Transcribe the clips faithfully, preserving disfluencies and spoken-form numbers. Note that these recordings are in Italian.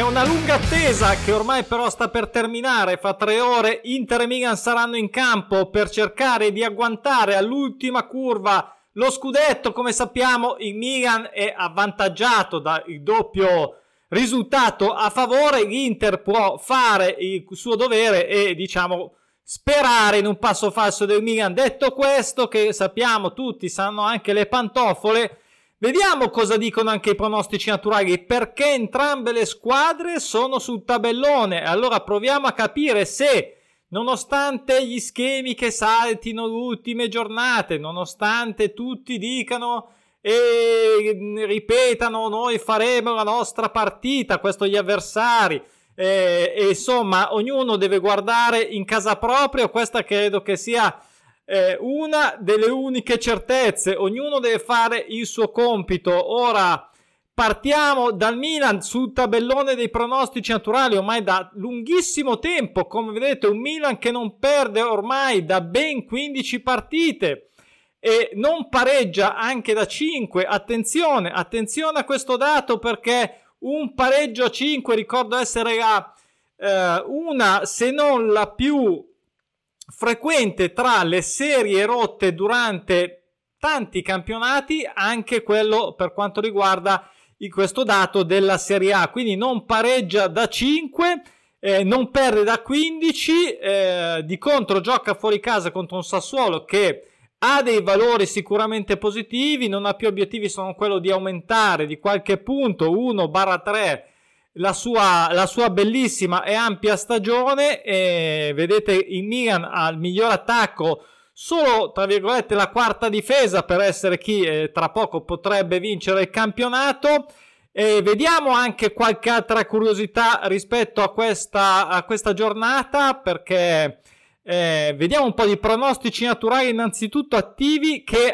una lunga attesa che ormai però sta per terminare. Fra tre ore Inter e Milan saranno in campo per cercare di agguantare all'ultima curva lo scudetto. Come sappiamo, il Milan è avvantaggiato dal doppio risultato a favore. L'Inter può fare il suo dovere e, diciamo, sperare in un passo falso del Milan. Detto questo, che sappiamo tutti sanno anche le pantofole, vediamo cosa dicono anche i pronostici naturali, perché entrambe le squadre sono sul tabellone. Allora proviamo a capire se, nonostante gli schemi che saltino le ultime giornate, nonostante tutti dicano e ripetano noi faremo la nostra partita, questo gli avversari, e, e insomma ognuno deve guardare in casa propria. Questa credo che sia eh, una delle uniche certezze. Ognuno deve fare il suo compito. Ora partiamo dal Milan sul tabellone dei pronostici naturali ormai da lunghissimo tempo. Come vedete, un Milan che non perde ormai da ben quindici partite e non pareggia anche da cinque. Attenzione, attenzione a questo dato, perché un pareggio a cinque ricordo essere la, eh, una se non la più frequente tra le serie rotte durante tanti campionati, anche quello per quanto riguarda questo dato della Serie A. Quindi non pareggia da cinque, eh, non perde da quindici, eh, di contro gioca fuori casa contro un Sassuolo che ha dei valori sicuramente positivi, non ha più obiettivi, sono quello di aumentare di qualche punto, uno tre, la sua, la sua bellissima e ampia stagione. E vedete, il Milan ha il miglior attacco, solo tra virgolette la quarta difesa per essere chi eh, tra poco potrebbe vincere il campionato. E vediamo anche qualche altra curiosità rispetto a questa, a questa giornata, perché Eh, vediamo un po' di pronostici naturali innanzitutto attivi, che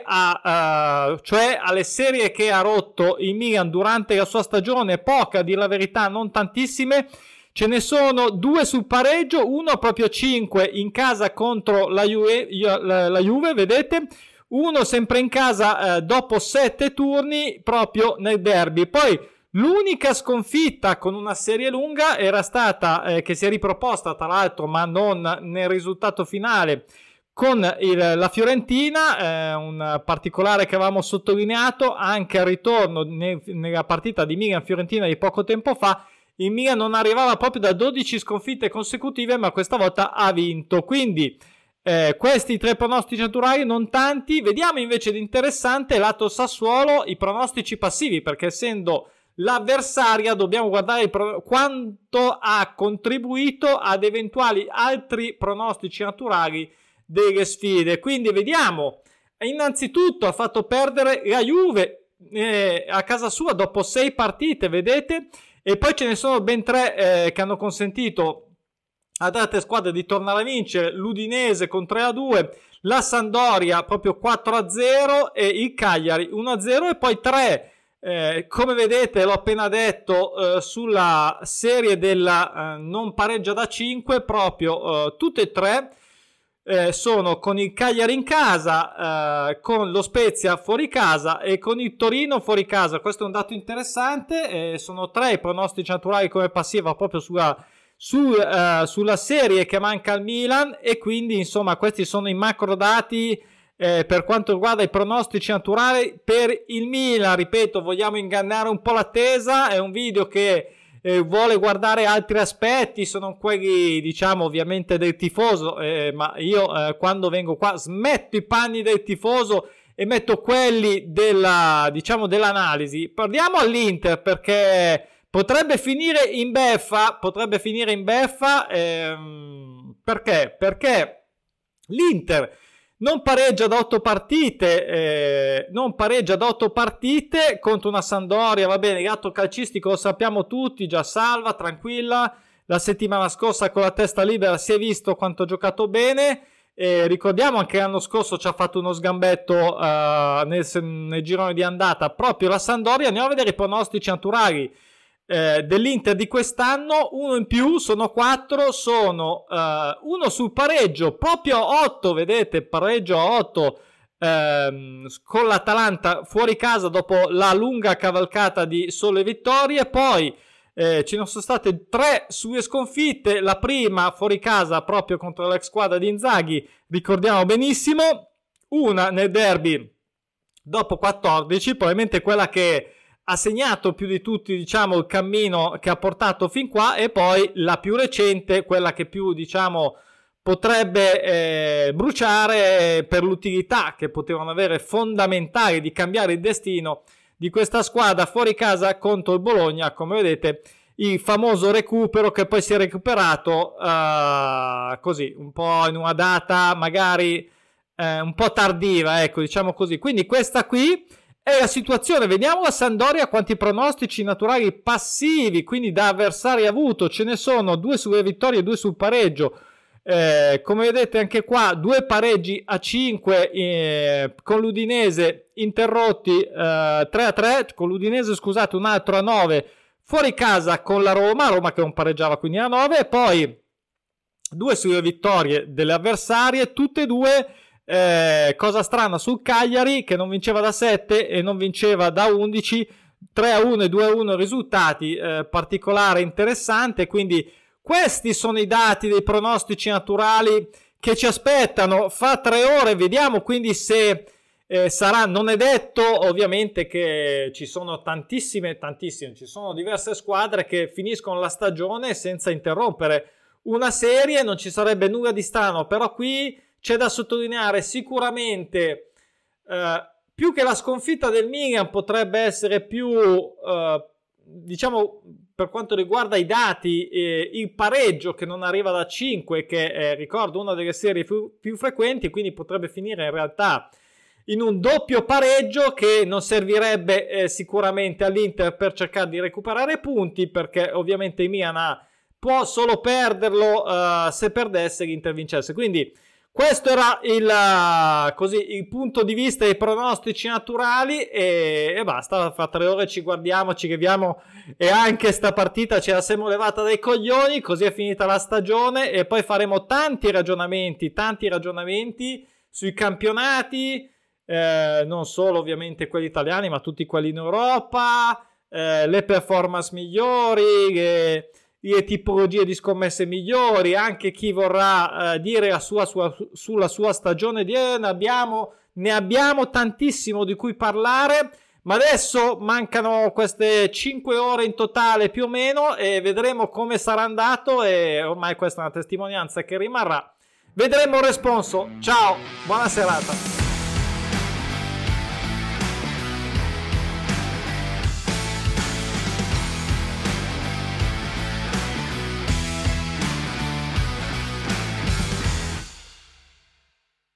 ha, uh, cioè alle serie che ha rotto il Milan durante la sua stagione, poca a dire la verità, non tantissime. Ce ne sono due sul pareggio, uno proprio cinque in casa contro la Juve, la, la Juve vedete, uno sempre in casa eh, dopo sette turni proprio nel derby. Poi l'unica sconfitta con una serie lunga era stata, eh, che si è riproposta tra l'altro ma non nel risultato finale, con il, la Fiorentina, eh, un particolare che avevamo sottolineato anche al ritorno ne, nella partita di Milan-Fiorentina di poco tempo fa. Il Milan non arrivava proprio da dodici sconfitte consecutive, ma questa volta ha vinto. Quindi eh, questi tre pronostici naturali non tanti. Vediamo invece di interessante lato Sassuolo i pronostici passivi, perché essendo l'avversaria dobbiamo guardare pro- quanto ha contribuito ad eventuali altri pronostici naturali delle sfide. Quindi vediamo, innanzitutto ha fatto perdere la Juve eh, a casa sua dopo sei partite, vedete, e poi ce ne sono ben tre eh, che hanno consentito ad altre squadre di tornare a vincere: l'Udinese con tre a due, la Sampdoria proprio quattro a zero e il Cagliari uno a zero. E poi tre Eh, come vedete, l'ho appena detto, eh, sulla serie della eh, non pareggia da cinque, proprio eh, tutte e tre eh, sono con il Cagliari in casa, eh, con lo Spezia fuori casa e con il Torino fuori casa. Questo è un dato interessante. Eh, sono tre i pronostici naturali come passiva proprio sulla, su, eh, sulla serie che manca al Milan, e quindi insomma questi sono i macro dati Eh, per quanto riguarda i pronostici naturali per il Milan. Ripeto, vogliamo ingannare un po' l'attesa, è un video che eh, vuole guardare altri aspetti, sono quelli, diciamo, ovviamente del tifoso, eh, ma io eh, quando vengo qua smetto i panni del tifoso e metto quelli della, diciamo, dell'analisi. Parliamo all'Inter, perché potrebbe finire in beffa, potrebbe finire in beffa, ehm, perché? Perché l'Inter non pareggia da otto partite, eh, non pareggia da otto partite contro una Sampdoria. Va bene, il gatto calcistico lo sappiamo tutti, già salva, tranquilla. La settimana scorsa con la testa libera si è visto quanto ha giocato bene. Eh, ricordiamo anche l'anno scorso ci ha fatto uno sgambetto uh, nel, nel girone di andata proprio la Sampdoria. Andiamo a vedere i pronostici naturali Eh, dell'Inter di quest'anno. Uno in più, sono quattro, sono eh, uno sul pareggio, proprio otto, vedete, pareggio a otto ehm, con l'Atalanta fuori casa dopo la lunga cavalcata di sole vittorie. Poi Eh, ci sono state tre sue sconfitte, la prima fuori casa proprio contro l'ex squadra di Inzaghi, ricordiamo benissimo, una nel derby dopo quattordici, probabilmente quella che ha segnato più di tutti, diciamo, il cammino che ha portato fin qua, e poi la più recente, quella che più, diciamo, potrebbe eh, bruciare per l'utilità che potevano avere fondamentali di cambiare il destino di questa squadra fuori casa contro il Bologna, come vedete il famoso recupero che poi si è recuperato uh, così un po' in una data magari eh, un po' tardiva, ecco, diciamo così. Quindi questa qui è la situazione. Vediamo la Sampdoria quanti pronostici naturali passivi, quindi da avversari avuto, ce ne sono due sulle vittorie e due sul pareggio. Eh, come vedete anche qua due pareggi a cinque eh, con l'Udinese interrotti eh, tre a tre con l'Udinese, scusate, un altro a nove fuori casa con la Roma Roma che non pareggiava, quindi a nove, e poi due sulle vittorie delle avversarie, tutte e due eh, cosa strana sul Cagliari che non vinceva da sette e non vinceva da undici, tre a uno e due a uno risultati eh, particolare interessante. Quindi questi sono i dati dei pronostici naturali che ci aspettano fra tre ore. Vediamo quindi se eh, sarà, non è detto ovviamente che ci sono tantissime, tantissime, ci sono diverse squadre che finiscono la stagione senza interrompere una serie, non ci sarebbe nulla di strano, però qui c'è da sottolineare sicuramente eh, più che la sconfitta del Milan potrebbe essere più, eh, diciamo, per quanto riguarda i dati, eh, il pareggio che non arriva da cinque, che eh, ricordo una delle serie più, più frequenti, quindi potrebbe finire in realtà in un doppio pareggio che non servirebbe eh, sicuramente all'Inter per cercare di recuperare punti, perché ovviamente il Milan può solo perderlo uh, se perdesse, l'Inter vincesse. Quindi questo era il, uh, così, il punto di vista dei pronostici naturali, e, e basta. Fra tre ore ci guardiamo, ci vediamo, e anche sta partita ce la siamo levata dai coglioni, così è finita la stagione, e poi faremo tanti ragionamenti, tanti ragionamenti sui campionati, eh, non solo ovviamente quelli italiani, ma tutti quelli in Europa, eh, le performance migliori, le... le tipologie di scommesse migliori, anche chi vorrà eh, dire la sua, sua, sulla sua stagione di eh, ne abbiamo, ne abbiamo tantissimo di cui parlare, ma adesso mancano queste cinque ore in totale più o meno e vedremo come sarà andato, e ormai questa è una testimonianza che rimarrà. Vedremo il responso. Ciao, buona serata.